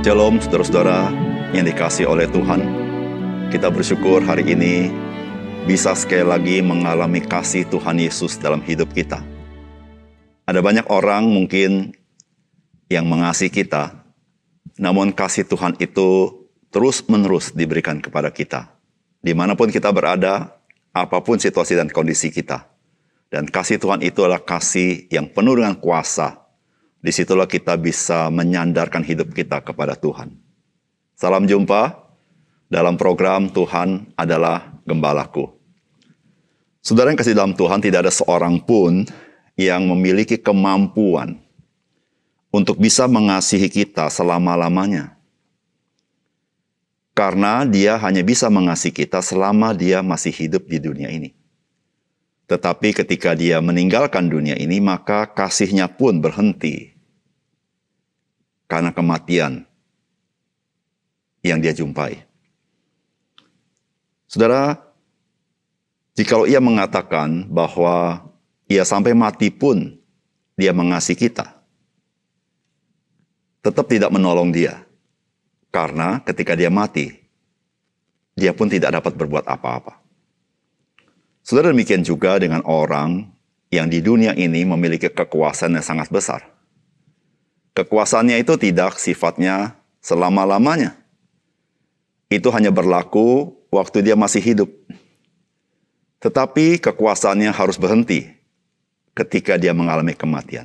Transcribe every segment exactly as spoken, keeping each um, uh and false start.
Shalom saudara-saudara yang dikasihi oleh Tuhan. Kita bersyukur hari ini bisa sekali lagi mengalami kasih Tuhan Yesus dalam hidup kita. Ada banyak orang mungkin yang mengasihi kita, namun kasih Tuhan itu terus-menerus diberikan kepada kita. Dimanapun kita berada, apapun situasi dan kondisi kita. Dan kasih Tuhan itu adalah kasih yang penuh dengan kuasa. Disitulah kita bisa menyandarkan hidup kita kepada Tuhan. Salam jumpa dalam program Tuhan adalah Gembalaku. Saudara yang kasih dalam Tuhan, tidak ada seorang pun yang memiliki kemampuan untuk bisa mengasihi kita selama-lamanya. Karena dia hanya bisa mengasihi kita selama dia masih hidup di dunia ini. Tetapi ketika dia meninggalkan dunia ini, maka kasihnya pun berhenti. Karena kematian yang dia jumpai. Saudara, jikalau ia mengatakan bahwa ia sampai mati pun dia mengasihi kita, tetap tidak menolong dia. Karena ketika dia mati, dia pun tidak dapat berbuat apa-apa. Saudara, demikian juga dengan orang yang di dunia ini memiliki kekuasaan yang sangat besar. Kekuasaannya itu tidak sifatnya selama-lamanya. Itu hanya berlaku waktu dia masih hidup. Tetapi kekuasaannya harus berhenti ketika dia mengalami kematian.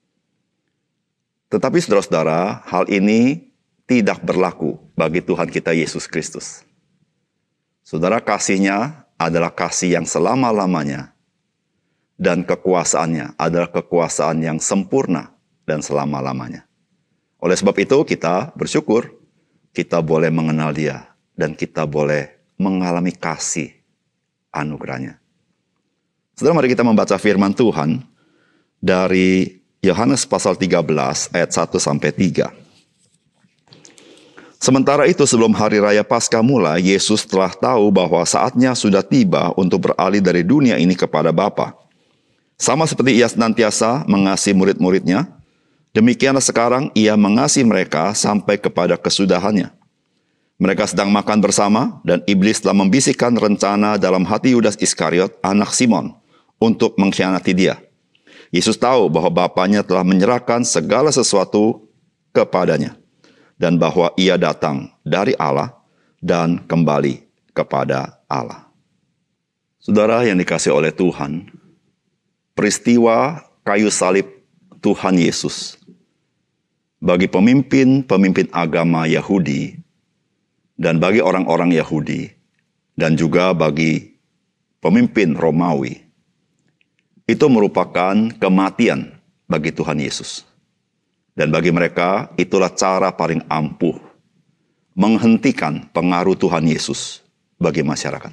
Tetapi saudara-saudara, hal ini tidak berlaku bagi Tuhan kita Yesus Kristus. Saudara, kasihnya adalah kasih yang selama-lamanya. Dan kekuasaannya adalah kekuasaan yang sempurna dan selama-lamanya. Oleh sebab itu kita bersyukur kita boleh mengenal Dia dan kita boleh mengalami kasih anugerahnya. Saudara, mari kita membaca firman Tuhan dari Yohanes pasal tiga belas ayat satu sampai tiga. Sementara itu sebelum hari raya Paskah mulai, Yesus telah tahu bahwa saatnya sudah tiba untuk beralih dari dunia ini kepada Bapa. Sama seperti ia senantiasa mengasihi murid-muridnya, demikianlah sekarang ia mengasihi mereka sampai kepada kesudahannya. Mereka sedang makan bersama dan iblis telah membisikkan rencana dalam hati Yudas Iskariot, anak Simon, untuk mengkhianati dia. Yesus tahu bahwa Bapanya telah menyerahkan segala sesuatu kepadanya dan bahwa ia datang dari Allah dan kembali kepada Allah. Saudara yang dikasihi oleh Tuhan, peristiwa kayu salib Tuhan Yesus bagi pemimpin-pemimpin agama Yahudi dan bagi orang-orang Yahudi dan juga bagi pemimpin Romawi itu merupakan kematian bagi Tuhan Yesus. Dan bagi mereka itulah cara paling ampuh menghentikan pengaruh Tuhan Yesus bagi masyarakat.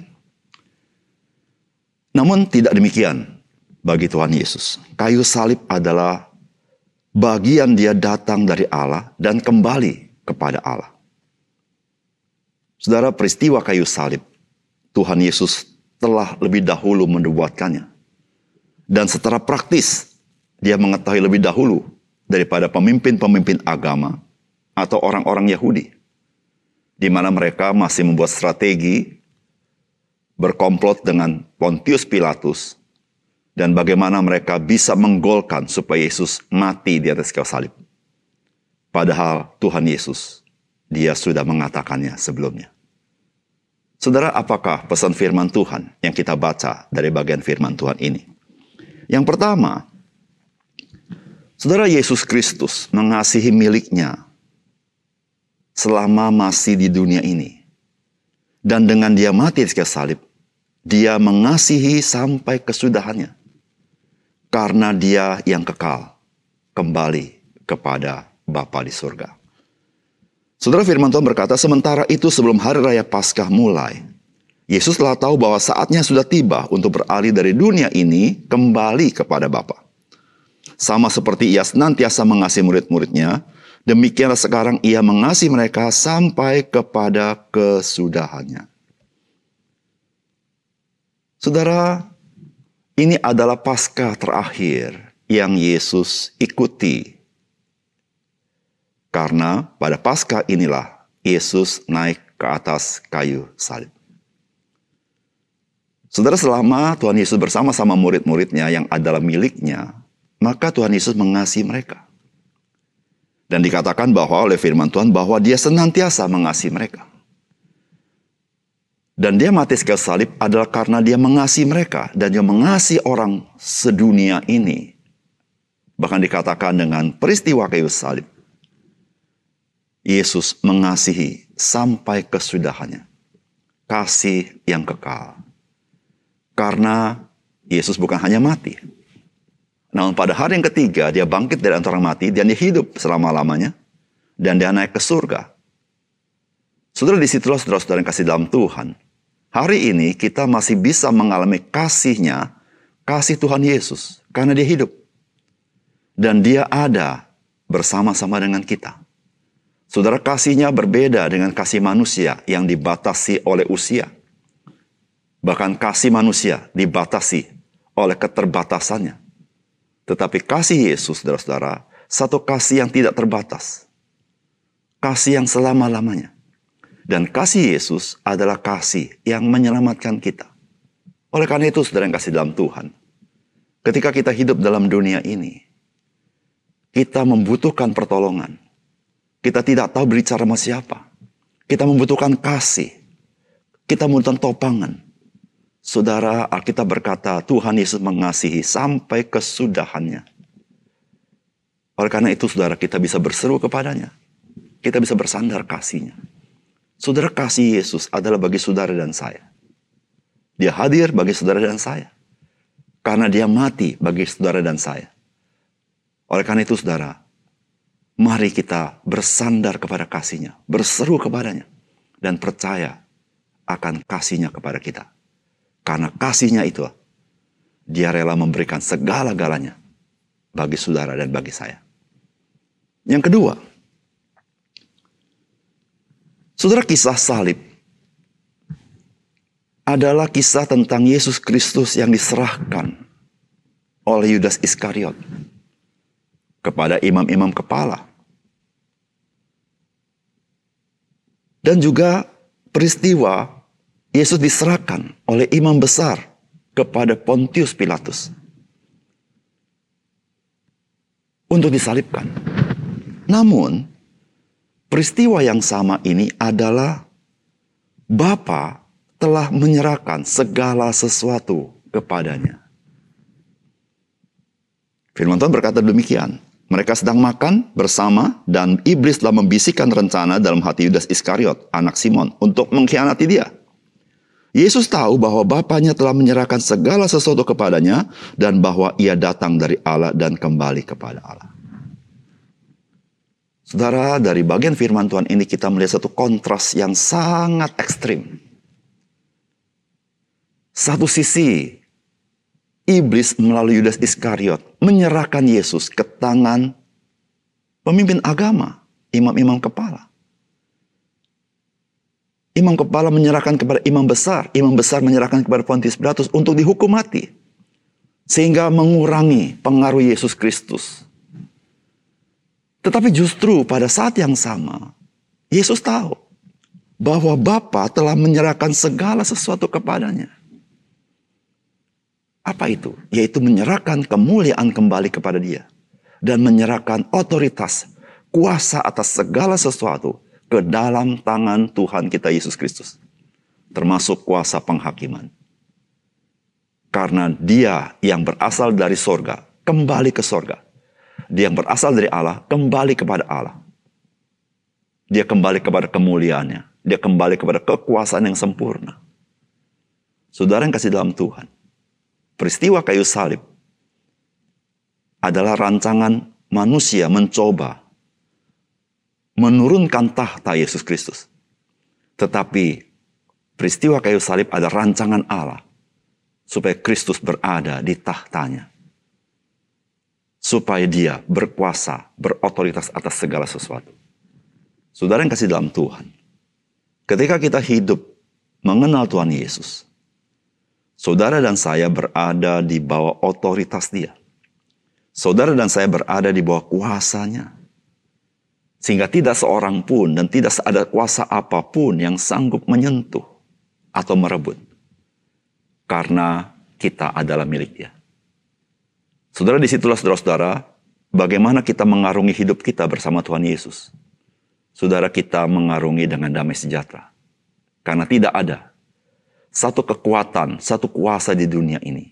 Namun tidak demikian bagi Tuhan Yesus. Kayu salib adalah bagian dia datang dari Allah dan kembali kepada Allah. Saudara, peristiwa kayu salib, Tuhan Yesus telah lebih dahulu menubuatkannya. Dan secara praktis, dia mengetahui lebih dahulu daripada pemimpin-pemimpin agama atau orang-orang Yahudi. Di mana mereka masih membuat strategi, berkomplot dengan Pontius Pilatus, dan bagaimana mereka bisa menggolkan supaya Yesus mati di atas kayu salib. Padahal Tuhan Yesus, dia sudah mengatakannya sebelumnya. Saudara, apakah pesan firman Tuhan yang kita baca dari bagian firman Tuhan ini? Yang pertama, Saudara, Yesus Kristus mengasihi miliknya selama masih di dunia ini. Dan dengan dia mati di kayu salib, dia mengasihi sampai kesudahannya. Karena dia yang kekal kembali kepada Bapa di surga. Saudara, firman Tuhan berkata, sementara itu sebelum hari raya Paskah mulai, Yesus telah tahu bahwa saatnya sudah tiba untuk beralih dari dunia ini kembali kepada Bapa. Sama seperti ia senantiasa mengasihi murid-muridnya, demikianlah sekarang ia mengasihi mereka sampai kepada kesudahannya. Saudara, ini adalah Paskah terakhir yang Yesus ikuti Karena pada Paskah inilah Yesus naik ke atas kayu salib. Saudara, selama Tuhan Yesus bersama-sama murid-muridnya yang adalah miliknya, maka Tuhan Yesus mengasihi mereka. Dan dikatakan bahwa oleh firman Tuhan bahwa dia senantiasa mengasihi mereka. Dan dia mati kayu salib adalah karena dia mengasihi mereka. Dan dia mengasihi orang sedunia ini. Bahkan dikatakan dengan peristiwa kayu salib. Yesus mengasihi sampai kesudahannya. Kasih yang kekal. Karena Yesus bukan hanya mati. Namun pada hari yang ketiga dia bangkit dari antara orang mati. Dan dia hidup selama-lamanya. Dan dia naik ke surga. Saudara, disitulah saudara-saudara yang kasih dalam Tuhan. Hari ini kita masih bisa mengalami kasihnya, kasih Tuhan Yesus. Karena dia hidup. Dan dia ada bersama-sama dengan kita. Saudara, kasihnya berbeda dengan kasih manusia yang dibatasi oleh usia. Bahkan kasih manusia dibatasi oleh keterbatasannya. Tetapi kasih Yesus, saudara-saudara, satu kasih yang tidak terbatas. Kasih yang selama-lamanya. Dan kasih Yesus adalah kasih yang menyelamatkan kita. Oleh karena itu, saudara yang kasih dalam Tuhan, ketika kita hidup dalam dunia ini, kita membutuhkan pertolongan. Kita tidak tahu berbicara sama siapa. Kita membutuhkan kasih. Kita membutuhkan topangan. Saudara, Alkitab berkata, Tuhan Yesus mengasihi sampai kesudahannya. Oleh karena itu, saudara, kita bisa berseru kepadanya. Kita bisa bersandar kasihnya. Saudara, kasih Yesus adalah bagi saudara dan saya. Dia hadir bagi saudara dan saya. Karena dia mati bagi saudara dan saya. Oleh karena itu, saudara, mari kita bersandar kepada kasihnya. Berseru kepadanya. Dan percaya akan kasihnya kepada kita. Karena kasihnya itu, dia rela memberikan segala-galanya bagi saudara dan bagi saya. Yang kedua, saudara, kisah salib adalah kisah tentang Yesus Kristus yang diserahkan oleh Yudas Iskariot kepada imam-imam kepala. Dan juga peristiwa Yesus diserahkan oleh imam besar kepada Pontius Pilatus untuk disalibkan. Namun, peristiwa yang sama ini adalah Bapa telah menyerahkan segala sesuatu kepadanya. Firman Tuhan berkata demikian. Mereka sedang makan bersama dan iblis telah membisikkan rencana dalam hati Yudas Iskariot, anak Simon, untuk mengkhianati dia. Yesus tahu bahwa Bapanya telah menyerahkan segala sesuatu kepadanya dan bahwa ia datang dari Allah dan kembali kepada Allah. Saudara, dari bagian firman Tuhan ini kita melihat satu kontras yang sangat ekstrim. Satu sisi, iblis melalui Yudas Iskariot menyerahkan Yesus ke tangan pemimpin agama, imam-imam kepala. Imam kepala menyerahkan kepada imam besar, imam besar menyerahkan kepada Pontius Pilatus untuk dihukum mati. Sehingga mengurangi pengaruh Yesus Kristus. Tetapi justru pada saat yang sama, Yesus tahu bahwa Bapa telah menyerahkan segala sesuatu kepadanya. Apa itu? Yaitu menyerahkan kemuliaan kembali kepada dia. Dan menyerahkan otoritas, kuasa atas segala sesuatu ke dalam tangan Tuhan kita Yesus Kristus. Termasuk kuasa penghakiman. Karena dia yang berasal dari sorga, kembali ke sorga. Dia yang berasal dari Allah, kembali kepada Allah. Dia kembali kepada kemuliaannya. Dia kembali kepada kekuasaan yang sempurna. Saudara yang kasih dalam Tuhan. Peristiwa kayu salib adalah rancangan manusia mencoba menurunkan tahta Yesus Kristus. Tetapi peristiwa kayu salib adalah rancangan Allah supaya Kristus berada di tahtanya. Supaya dia berkuasa, berotoritas atas segala sesuatu. Saudara yang kasih dalam Tuhan. Ketika kita hidup mengenal Tuhan Yesus, saudara dan saya berada di bawah otoritas dia. Saudara dan saya berada di bawah kuasanya. Sehingga tidak seorang pun dan tidak ada kuasa apapun yang sanggup menyentuh atau merebut. Karena kita adalah milik Dia. Saudara, disitulah saudara-saudara, bagaimana kita mengarungi hidup kita bersama Tuhan Yesus. Saudara, kita mengarungi dengan damai sejahtera. Karena tidak ada satu kekuatan, satu kuasa di dunia ini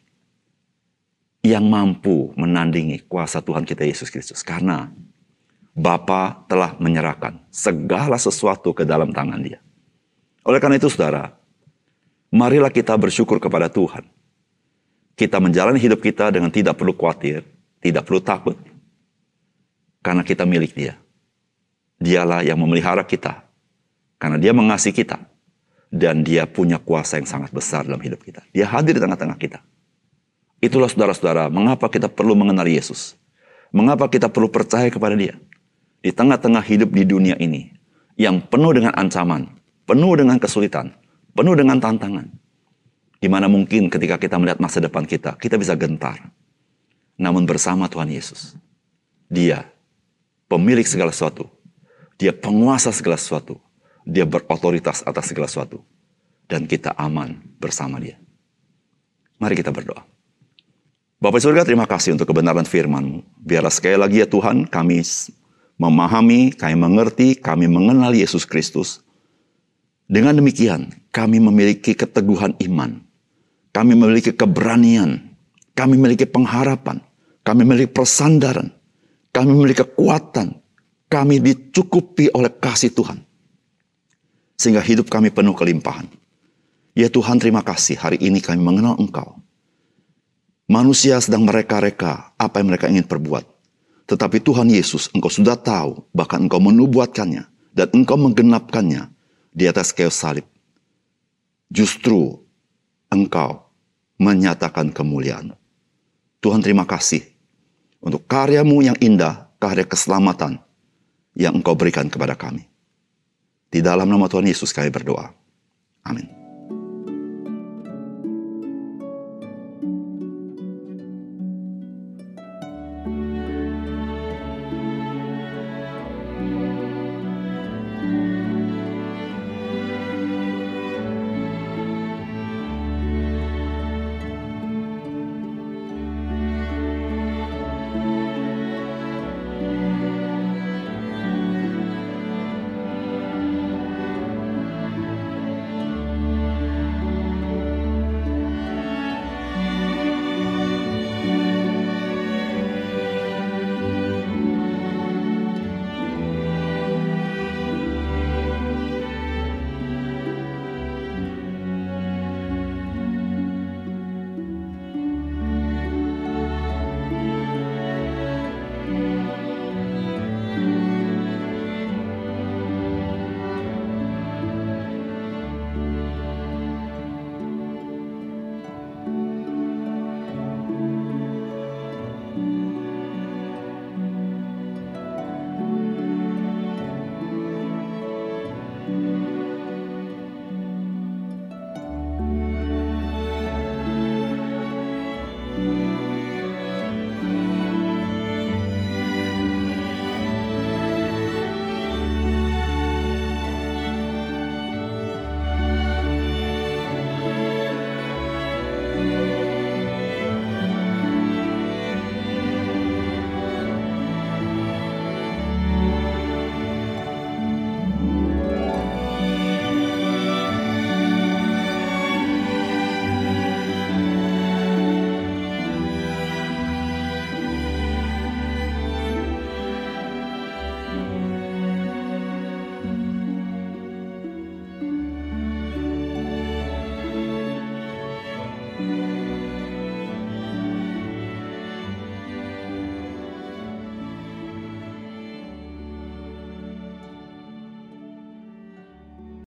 yang mampu menandingi kuasa Tuhan kita Yesus Kristus. Karena Bapa telah menyerahkan segala sesuatu ke dalam tangan Dia. Oleh karena itu saudara, marilah kita bersyukur kepada Tuhan. Kita menjalani hidup kita dengan tidak perlu khawatir, tidak perlu takut. Karena kita milik Dia. Dialah yang memelihara kita. Karena Dia mengasihi kita. Dan Dia punya kuasa yang sangat besar dalam hidup kita. Dia hadir di tengah-tengah kita. Itulah saudara-saudara, mengapa kita perlu mengenal Yesus. Mengapa kita perlu percaya kepada Dia. Di tengah-tengah hidup di dunia ini, yang penuh dengan ancaman, penuh dengan kesulitan, penuh dengan tantangan. Di mana mungkin ketika kita melihat masa depan kita, kita bisa gentar. Namun bersama Tuhan Yesus, Dia pemilik segala sesuatu. Dia penguasa segala sesuatu. Dia berotoritas atas segala sesuatu. Dan kita aman bersama Dia. Mari kita berdoa. Bapak Surga, terima kasih untuk kebenaran firman-Mu. Biarlah sekali lagi ya Tuhan, kami memahami, kami mengerti, kami mengenal Yesus Kristus. Dengan demikian, kami memiliki keteguhan iman. Kami memiliki keberanian. Kami memiliki pengharapan. Kami memiliki persandaran. Kami memiliki kekuatan. Kami dicukupi oleh kasih Tuhan. Sehingga hidup kami penuh kelimpahan. Ya Tuhan, terima kasih hari ini kami mengenal Engkau. Manusia sedang mereka-reka apa yang mereka ingin perbuat. Tetapi Tuhan Yesus, Engkau sudah tahu, bahkan Engkau menubuatkannya, dan Engkau menggenapkannya di atas kayu salib. Justru Engkau menyatakan kemuliaan. Tuhan, terima kasih untuk karya-Mu yang indah, karya keselamatan yang Engkau berikan kepada kami. Di dalam nama Tuhan Yesus kami berdoa. Amin.